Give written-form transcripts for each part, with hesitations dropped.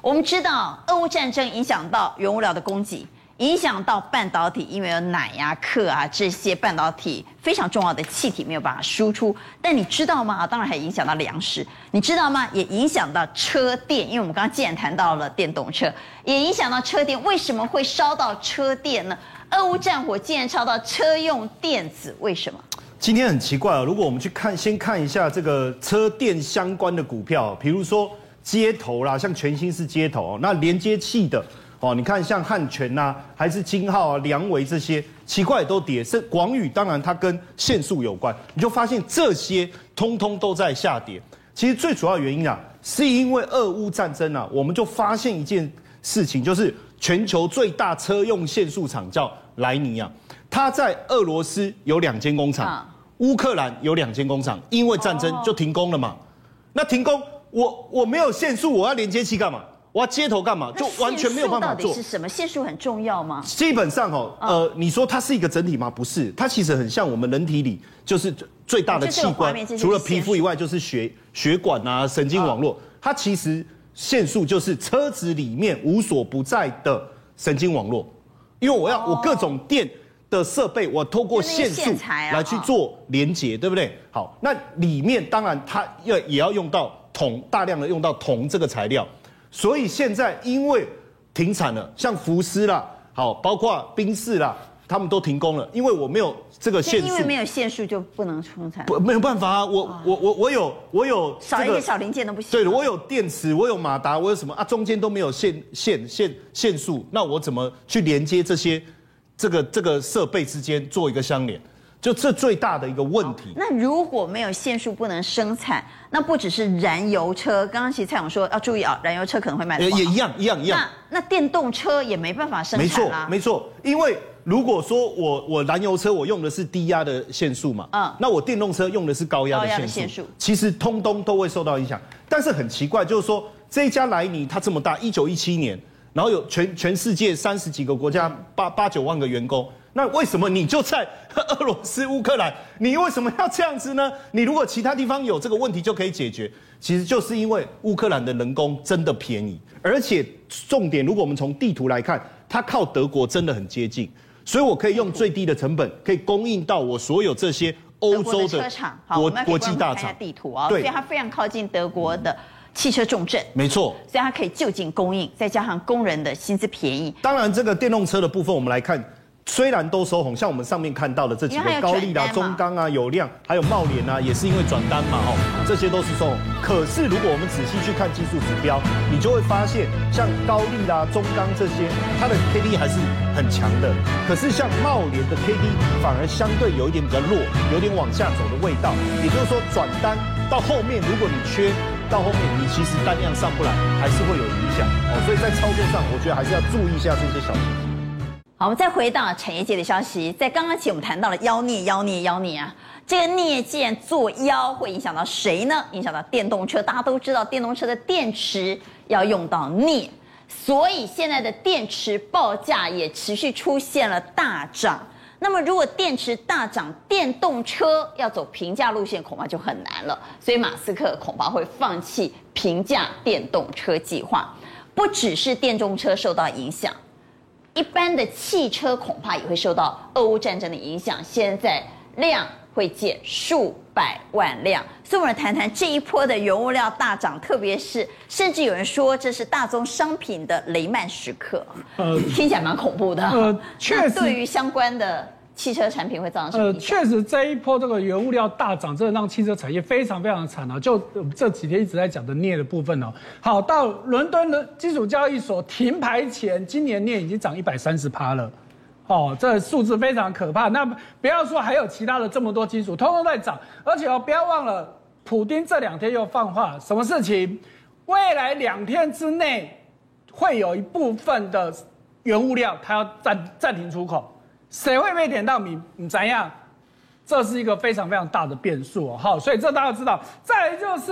我们知道，俄乌战争影响到原物料的供给，影响到半导体，因为有氖啊、氪啊这些半导体非常重要的气体没有办法输出。但你知道吗？当然还影响到粮食，你知道吗？也影响到车电，因为我们刚刚既然谈到了电动车，也影响到车电。为什么会烧到车电呢？俄乌战火竟然烧到车用电子，为什么？ 今天很奇怪哦，如果我们去先看一下这个车电相关的股票，比如说接头啦，像全新是接头，那连接器的哦，你看像汉泉啊，还是金浩啊、良维这些，奇怪也都跌。是广宇，当然它跟线束有关，你就发现这些通通都在下跌。其实最主要原因啊，是因为俄乌战争啊，我们就发现一件事情，就是全球最大车用线束厂叫莱尼啊，它在俄罗斯有2间工厂。乌克兰有2间工厂，因为战争就停工了嘛。那停工，我没有线束，我要连接器干嘛？我要接头干嘛？就完全没有办法做。 到底是什么？线束很重要吗？ 基本上你说它是一个整体吗？不是，它其实很像我们人体里就是最大的器官，除了皮肤以外就是血管啊、神经网络。它其实线束就是车子里面无所不在的神经网络，因为我各种电的设备，我透过线束来去做连结，对不对？好，那里面当然它也要用到铜，大量的用到铜这个材料，所以现在因为停产了，像福斯啦，好，包括宾士啦，他们都停工了，因为我没有这个线束， 因为没有线束就不能生产， 没有办法啊，我有少一个小零件都不行。 对，我有电池，我有马达，我有什么啊？中间都没有线束，那我怎么去连接这些？这个设备之间做一个相连，就这最大的一个问题。 那如果没有线束不能生产，那不只是燃油车，刚刚其实蔡总说要注意啊，燃油车可能会卖得不好， 也一样。 那电动车也没办法生产啦。 没错，因为如果说我燃油车我用的是低压的线束嘛，那我电动车用的是高压的线束，其实通通都会受到影响。但是很奇怪，就是说这一家莱尼它这么大，1917年。然后有全世界30几个国家8、9万个员工，那为什么你就在俄罗斯、乌克兰，你为什么要这样子呢？你如果其他地方有这个问题就可以解决，其实就是因为乌克兰的人工真的便宜，而且重点，如果我们从地图来看，它靠德国真的很接近，所以我可以用最低的成本，可以供应到我所有这些欧洲的国际大厂。 地图啊，所以它非常靠近德国的汽车重镇， 没错， 所以它可以就近供应，再加上工人的薪资便宜。 当然，这个电动车的部分，我们来看，虽然都收红，像我们上面看到的这几个高力啦、中钢啊、友亮，还有茂联啊，也是因为转单嘛，这些都是收红。可是如果我们仔细去看技术指标，你就会发现，像高力啦、中钢这些，它的 K D 还是很强的。可是像茂联的 K D 反而相对有一点比较弱，有点往下走的味道。也就是说，转单到后面，如果你缺。到后面你其实单量上不来，还是会有影响哦。所以在操作上，我觉得还是要注意一下这些小细节。 好，我们再回到产业界的消息，在刚刚起我们谈到了妖孽啊，这个镍既然做妖，会影响到谁呢？影响到电动车。大家都知道，电动车的电池要用到镍，所以现在的电池报价也持续出现了大涨。那么，如果电池大涨，电动车要走平价路线，恐怕就很难了。所以，马斯克恐怕会放弃平价电动车计划。不只是电动车受到影响，一般的汽车恐怕也会受到俄乌战争的影响。现在量会减数百万辆，所以我们来谈谈这一波的原物料大涨，特别是甚至有人说这是大宗商品的雷曼时刻，听起来蛮恐怖的。确实，对于相关的汽车产品会造成什么影响？ 确实这一波这个原物料大涨，真的让汽车产业非常非常的惨啊！就这几天一直在讲的镍的部分哦。好，到伦敦的基础交易所停牌前，今年镍已经涨130%了。哦，这数字非常可怕。那不要说还有其他的这么多基础，通通在涨。而且不要忘了，普丁这2天又放话，什么事情？未来2天之内会有一部分的原物料它要暂停出口，谁会被点到名？你怎样？这是一个非常非常大的变数哦。好，所以这大家知道。再来就是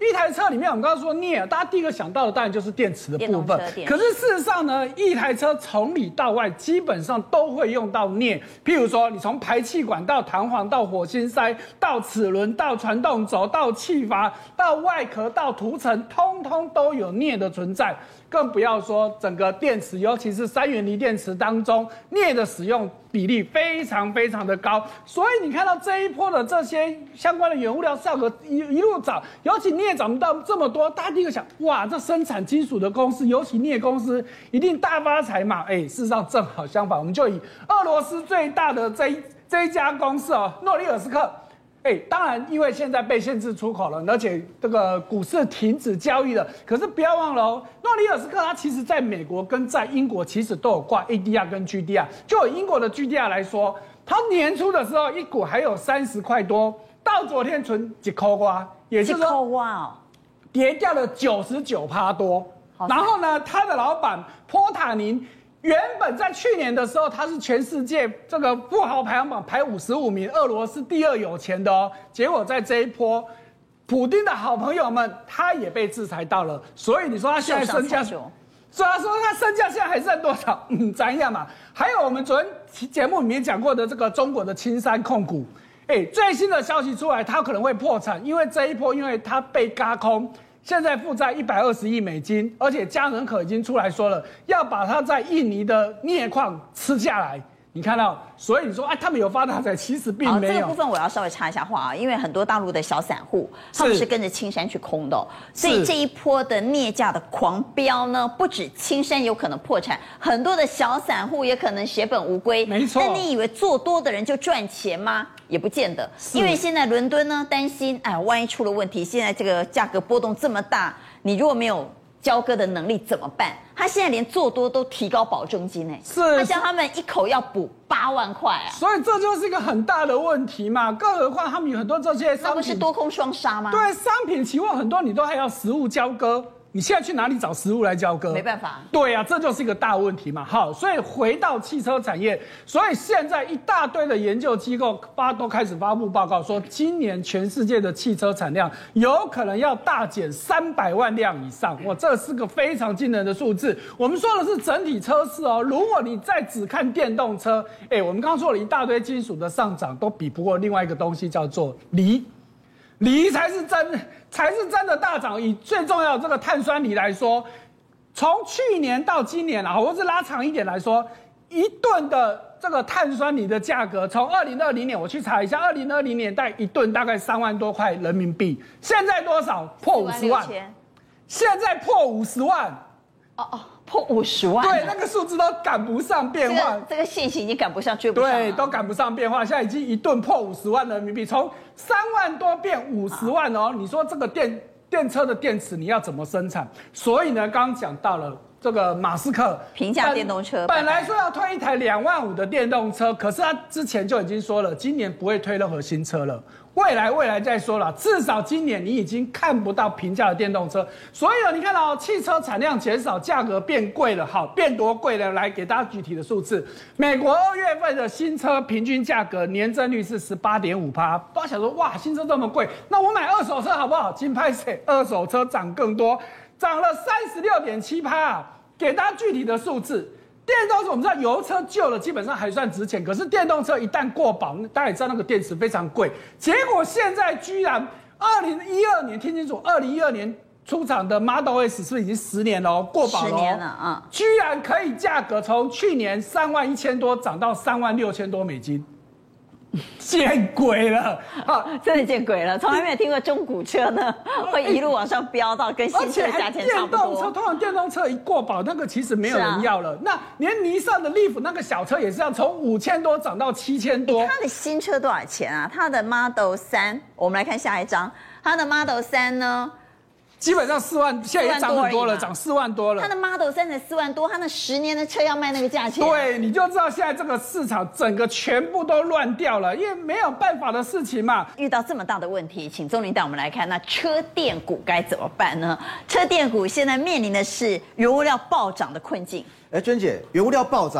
一台车里面我们刚刚说镍，大家第一个想到的当然就是电池的部分。可是事实上呢，一台车从里到外基本上都会用到镍。譬如说，你从排气管到弹簧到火星塞到齿轮到传动轴到气阀到外壳到涂层，通通都有镍的存在。更不要说整个电池，尤其是3元锂电池当中，镍的使用比例非常非常的高。所以你看到这一波的这些相关的原物料价格一路涨，尤其镍涨到这么多，大家第一个想，哇，这生产金属的公司，尤其镍公司一定大发财嘛？事实上正好相反，我们就以俄罗斯最大的这一家公司诺里尔斯克。当然，因为现在被限制出口了，而且这个股市停止交易了。可是不要忘了诺里尔斯克它其实在美国跟在英国其实都有挂 ADR 跟 GDR。就以英国的 GDR 来说，它年初的时候一股还有30块多，到昨天存1块瓜，也就是说跌掉了99%多。然后呢，他的老板波塔宁。原本在去年的时候，他是全世界这个富豪排行榜排55名，俄罗斯第2有钱的结果在这一波，普丁的好朋友们他也被制裁到了，所以你说他现在身价，所以说他身价现在还剩多少？咱样嘛。还有我们昨天节目里面讲过的这个中国的青山控股，最新的消息出来，他可能会破产，因为这一波因为他被軋空。现在负债120亿美金，而且嘉能可已经出来说了，要把它在印尼的镍矿吃下来。你看到，所以你说，他们有发大财，其实并没有。 这个部分我要稍微插一下话因为很多大陆的小散户，他们是跟着青山去空的所以这一波的镍价的狂飙呢，不止青山有可能破产，很多的小散户也可能血本无归。 没错。 但你以为做多的人就赚钱吗？也不见得，因为现在伦敦呢担心，万一出了问题，现在这个价格波动这么大，你如果没有交割的能力怎么办？他现在连做多都提高保证金他叫他们一口要补8万块所以这就是一个很大的问题嘛。更何况他们有很多这些商品， 那不是多空双杀吗？ 对，商品期货很多你都还要实物交割。你现在去哪里找实物来交割？ 没办法。 对这就是一个大问题嘛。好，所以回到汽车产业，所以现在一大堆的研究机构都开始发布报告，说今年全世界的汽车产量有可能要大减300万辆以上。哇，这是个非常惊人的数字。我们说的是整体车市如果你再只看电动车，我们刚刚说了一大堆金属的上涨，都比不过另外一个东西叫做锂。锂才是真的大涨。以最重要的这个碳酸锂来说，从去年到今年或者拉长一点来说，一吨的这个碳酸锂的价格，从2020年我去查一下，2020年代一吨大概3万多块人民币，现在多少？破50万。现在破50万。 破50万。 对，那个数字都赶不上变化。 这个线型已经赶不上，追不上。 对，都赶不上变化。现在已经一吨破50万人民币，从3万多变50万你说这个电车的电池你要怎么生产？所以呢，刚刚讲到了这个马斯克平价电动车， 本来说要推一台2万5的电动车，可是他之前就已经说了，今年不会推任何新车了。未来再说了，至少今年你已经看不到平价的电动车。所以你看到汽车产量减少，价格变贵了。好，变多贵了？来给大家具体的数字。美国2月份的新车平均价格年增率是18.5%。都想说，哇，新车这么贵，那我买二手车好不好？金拍谁？二手车涨更多，涨了36.7%。给大家具体的数字。电动车我们知道油车旧了基本上还算值钱，可是电动车一旦过保，大家也知道那个电池非常贵。结果现在居然2012年，听清楚，2012年出厂的 Model S 是不是已经10年了过保了 10年了居然可以价格从去年3万1000多涨到3万6000多美金。见鬼了！ 真的见鬼了！从来没有听过中古车呢会一路往上飙到跟新车的价钱差不多。 通常电动车一过保，那个其实没有人要了。那连尼桑的 Leaf 那个小车也是要从5000多涨到7000多。 它的新车多少钱啊？它的 Model 3，我们来看下一张，它的 Model 3呢？ 基本上4万，现在也涨很多了，涨4万多了。 它的 Model 3才4万多，它那10年的车要卖那个价钱。 对，你就知道现在这个市场整个全部都乱掉了，因为没有办法的事情嘛。 遇到这么大的问题，请宗麟带我们来看，那车电股该怎么办呢？车电股现在面临的是原物料暴涨的困境。 娟姐，原物料暴涨。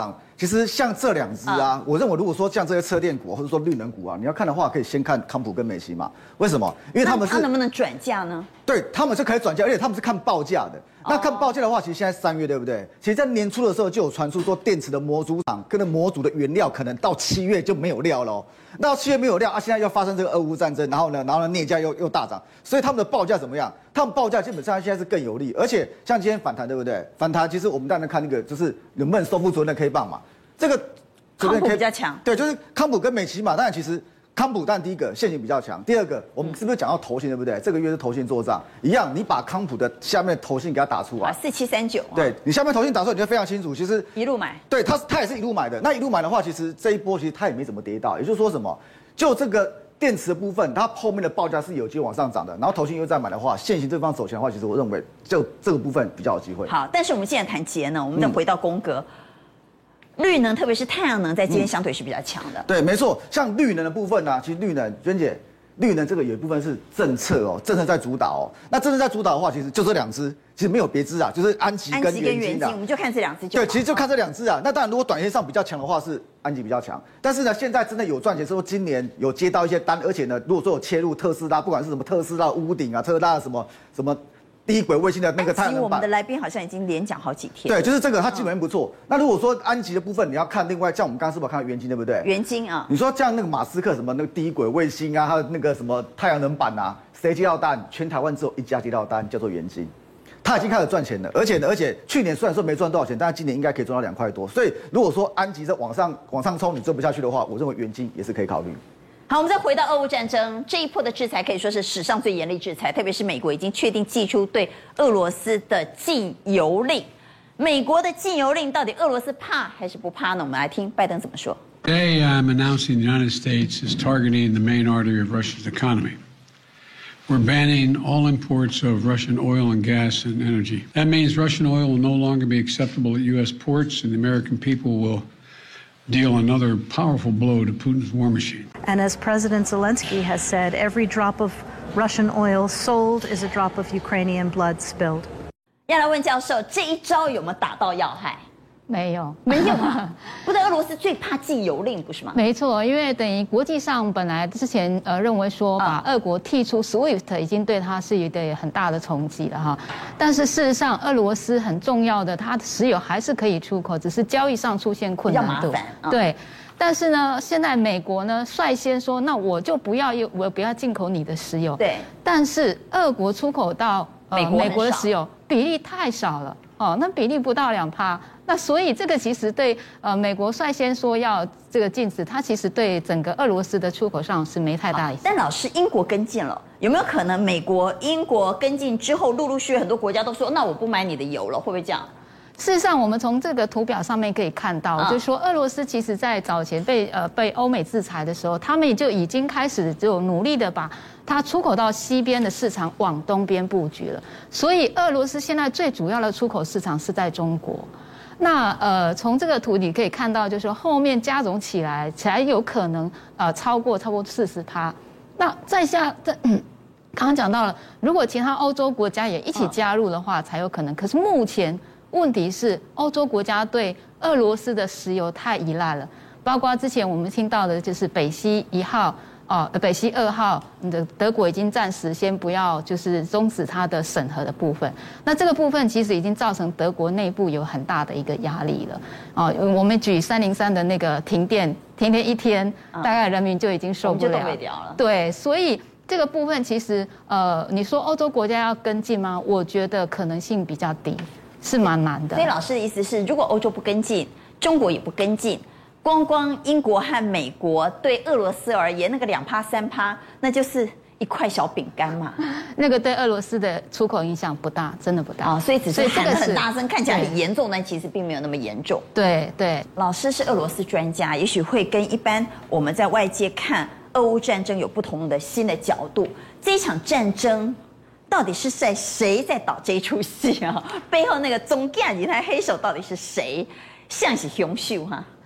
其实像这2只啊，我认为如果说像这些车电股或者说绿能股啊，你要看的话，可以先看康普跟美琪玛。为什么？因为他们是能不能转嫁呢？ 对，他们是可以转嫁，而且他们是看报价的。那看报价的话，其实现在3月对不对？其实，在年初的时候就有传出说，电池的模组厂跟模组的原料可能到7月就没有料了。到7月没有料啊，现在又发生这个俄乌战争，然后呢，镍价又大涨，所以他们的报价怎么样？他们报价基本上现在是更有利，而且像今天反弹对不对？反弹其实我们当然看那个就是能不能收复昨天的 K 棒嘛。这个康普比较强， 对，就是康普跟美琪玛，当然其实。康普但第一个现行比较强，第二个我们是不是讲到投信对不对？这个月是投信做账一样，你把康普的下面投信给它打出来 ，4739， 对你下面投信打出来，你就非常清楚，其实一路买， 对，他也是一路买的。那一路买的话，其实这一波其实它也没怎么跌到，也就是说什么，就这个电池的部分，它后面的报价是有机会往上涨的，然后投信又再买的话，现行这方走强的话，其实我认为就这个部分比较有机会。 好，但是我们现在谈节能，我们再回到宫格。绿能，特别是太阳能，在今天相对是比较强的。 对，没错。像绿能的部分呢，其实绿能，娟姐，绿能这个有一部分是政策哦，政策在主导哦。那政策在主导的话，其实就这2只，其实没有别只啊，就是安吉跟元晶的。 我们就看这2只就好。 对，其实就看这2只啊。那当然，如果短线上比较强的话，是安吉比较强。但是呢，现在真的有赚钱，说今年有接到一些单，而且呢，如果说有切入特斯拉，不管是什么特斯拉屋顶啊，特斯拉什么。低轨卫星的那个太阳能板， 我们的来宾好像已经连讲好几天。 对，就是这个，它基本面不错。那如果说安吉的部分，你要看另外，像我们刚刚是不是看到元晶，对不对？ 元晶啊， 你说像那个马斯克什么那个低轨卫星啊，还有那个什么太阳能板啊，谁接到单？全台湾只有1家接到单，叫做元晶，他已经开始赚钱了。而且去年虽然说没赚多少钱，但是今年应该可以赚到2块多。所以如果说安吉在往上冲，你赚不下去的话，我认为元晶也是可以考虑。 好，我们再回到俄乌战争这一波的制裁，可以说是史上最严厉制裁，特别是美国已经确定祭出对俄罗斯的禁油令。美国的禁油令到底俄罗斯怕还是不怕呢？我们来听拜登怎么说。 Today, I'm announcing the United States is targeting the main artery of Russia's economy. We're banning all imports of Russian oil and gas and energy. That means Russian oil will no longer be acceptable at U.S. ports, and the American people will deal another powerful blow to Putin's war machine. And as President Zelensky has said, every drop of Russian oil sold is a drop of Ukrainian blood spilled. 要来问教授，这一招有没有打到要害？ 没有啊！不对，俄罗斯最怕禁油令，不是吗？ 没错，因为等于国际上本来之前认为说把俄国剔出 SWIFT 已经对它是一个很大的冲击了哈。但是事实上，俄罗斯很重要的它的石油还是可以出口，只是交易上出现困难度。 比较麻烦。 对。但是呢，现在美国呢率先说，那我不要进口你的石油。 对。 但是俄国出口到美国的石油比例太少了哦，那比例不到2%。那所以这个其实对美国率先说要这个禁止，它其实对整个俄罗斯的出口上是没太大影响。 但老师，英国跟进了，有没有可能美国、英国跟进之后，陆陆续续很多国家都说，那我不买你的油了，会不会这样？ 事实上，我们从这个图表上面可以看到，就是说俄罗斯其实在早前被欧美制裁的时候，他们也就已经开始就努力的把它出口到西边的市场往东边布局了。所以俄罗斯现在最主要的出口市场是在中国。那从这个图你可以看到，就是说后面加总起来才有可能超过40%。那刚刚讲到了，如果其他欧洲国家也一起加入的话，才有可能。可是目前问题是，欧洲国家对俄罗斯的石油太依赖了，包括之前我们听到的就是北溪1号。北溪2号，德国已经暂时先不要，就是终止它的审核的部分。那这个部分其实已经造成德国内部有很大的一个压力了。我们举303的那个停电1天，大概人民就已经受不了， 就都被掉了。 对，所以这个部分其实你说欧洲国家要跟进吗？我觉得可能性比较低，是蛮难的。 所以老师的意思是，如果欧洲不跟进，中国也不跟进。光英国和美国对俄罗斯而言，那个2%、3%，那就是一块小饼干嘛。 那个对俄罗斯的出口影响不大，真的不大。 所以只是喊得很大声，看起来很严重，但其实并没有那么严重。 对对， 老师是俄罗斯专家，也许会跟一般我们在外界看俄乌战争有不同的新的角度。这一场战争到底是谁在导这一出戏啊？背后那个总干以及他黑手到底是谁？像是凶手哈？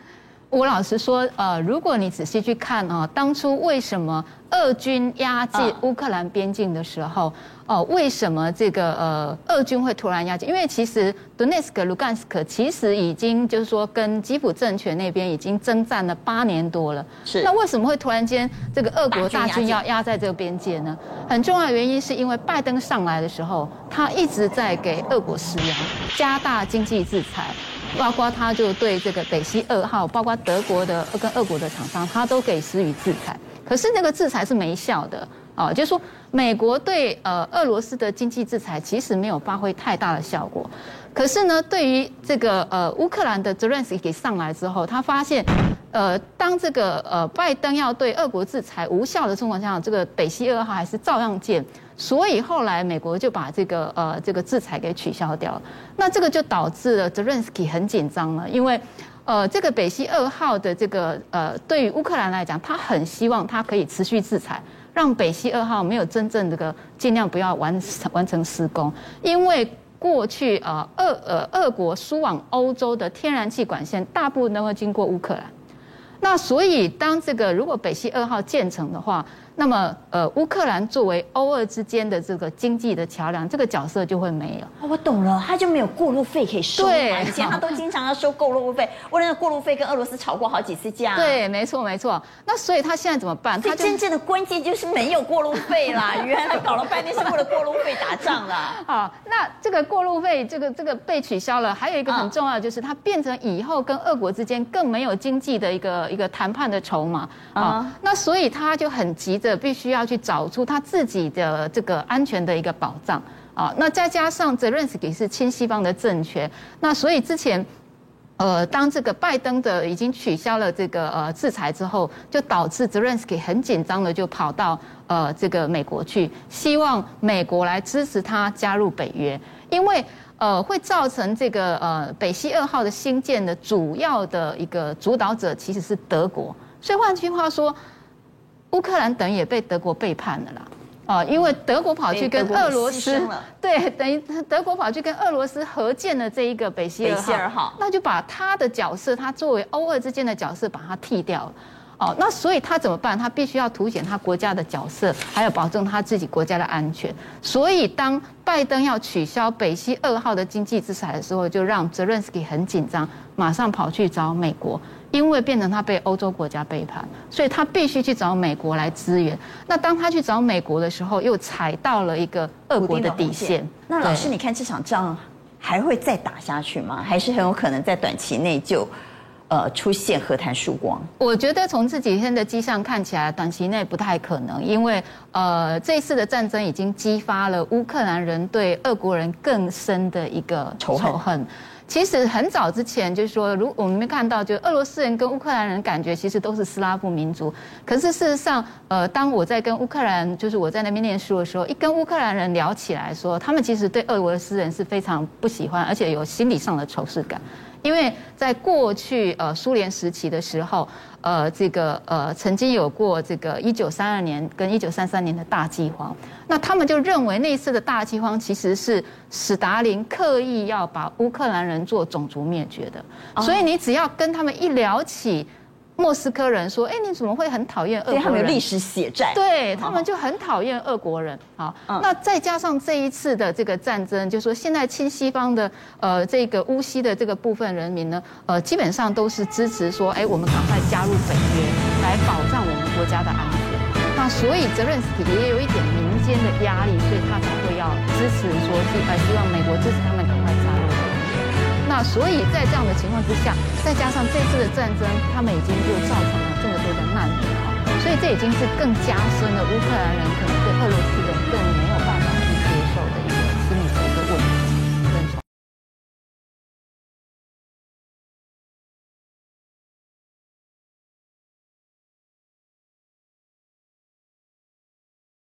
我老实说，如果你仔细去看当初为什么俄军压进乌克兰边境的时候，为什么这个俄军会突然压进？因为其实 Donetsk、Lugansk 其实已经就是说跟基辅政权那边已经征战了8年多了。是。那为什么会突然间这个俄国大军要压在这个边界呢？很重要的原因是因为拜登上来的时候，他一直在给俄国施压，加大经济制裁。包括他就对这个北溪2号，包括德国的跟俄国的厂商，他都给施予制裁。可是那个制裁是没效的就是说美国对俄罗斯的经济制裁其实没有发挥太大的效果。可是呢，对于这个乌克兰的泽连斯基上来之后，他发现当这个拜登要对俄国制裁无效的情况下，这个北溪2号还是照样建。所以后来美国就把这个制裁给取消掉了，那这个就导致了泽连斯基很紧张了，因为这个北溪2号的这个对于乌克兰来讲，他很希望他可以持续制裁，让北溪2号没有真正这个尽量不要完成施工，因为过去俄国输往欧洲的天然气管线大部分都会经过乌克兰，那所以当这个如果北溪2号建成的话，那么乌克兰作为欧俄之间的这个经济的桥梁，这个角色就会没有。 我懂了，他就没有过路费可以收嘛。 对， 以前他都经常要收过路费，为了那过路费跟俄罗斯吵过好几次架。 对，没错没错。那所以他现在怎么办？ 他真正的关键就是没有过路费啦。原来搞了半天是为了过路费打仗啦。 好，那这个过路费这个被取消了，还有一个很重要的就是它变成以后跟俄国之间更没有经济的一个谈判的筹码那所以他就很急着必须要去找出他自己的这个安全的一个保障那再加上泽连斯基是亲西方的政权，那所以之前当这个拜登的已经取消了这个制裁之后，就导致泽连斯基很紧张的就跑到这个美国去，希望美国来支持他加入北约，因为会造成这个北溪2号的兴建的主要的一个主导者其实是德国，所以换句话说，乌克兰等于也被德国背叛了啦。因为德国跑去跟俄罗斯，对，等于德国跑去跟俄罗斯合建了这一个北溪2号，那就把他的角色，他作为欧俄之间的角色，把它替掉了。那所以他怎么办？他必须要凸显他国家的角色，还有保证他自己国家的安全。所以当拜登要取消北溪2号的经济制裁的时候，就让泽连斯基很紧张，马上跑去找美国。因为变成他被欧洲国家背叛，所以他必须去找美国来支援。那当他去找美国的时候，又踩到了一个俄国的底线。 那老师，你看这场仗还会再打下去吗？还是很有可能在短期内就出现和谈曙光？ 我觉得从这几天的迹象看起来，短期内不太可能，因为这一次的战争已经激发了乌克兰人对俄国人更深的一个仇恨。其实很早之前就是说，如我们看到，就俄罗斯人跟乌克兰人感觉其实都是斯拉夫民族。可是事实上，当我在跟乌克兰，就是我在那边念书的时候，一跟乌克兰人聊起来说，他们其实对俄罗斯人是非常不喜欢，而且有心理上的仇视感。因为在过去苏联时期的时候，曾经有过这个1932年跟1933年的大饥荒，那他们就认为那次的大饥荒其实是史达林刻意要把乌克兰人做种族灭绝的，所以你只要跟他们一聊起莫斯科人说，你怎么会很讨厌俄国人？ 对他们有历史血债， 对他们就很讨厌俄国人。好，那再加上这一次的这个战争，就说现在亲西方的这个乌西的这个部分人民呢，基本上都是支持说，我们赶快加入北约来保障我们国家的安全。那所以泽连斯基也有一点民间的压力，所以他才会要支持说，希望美国支持他们赶快加入北约。那所以在这样的情况之下，再加上这次的战争，他们已经就造成了这么多的难民所以这已经是更加深了乌克兰人可能对俄罗斯人更没有办法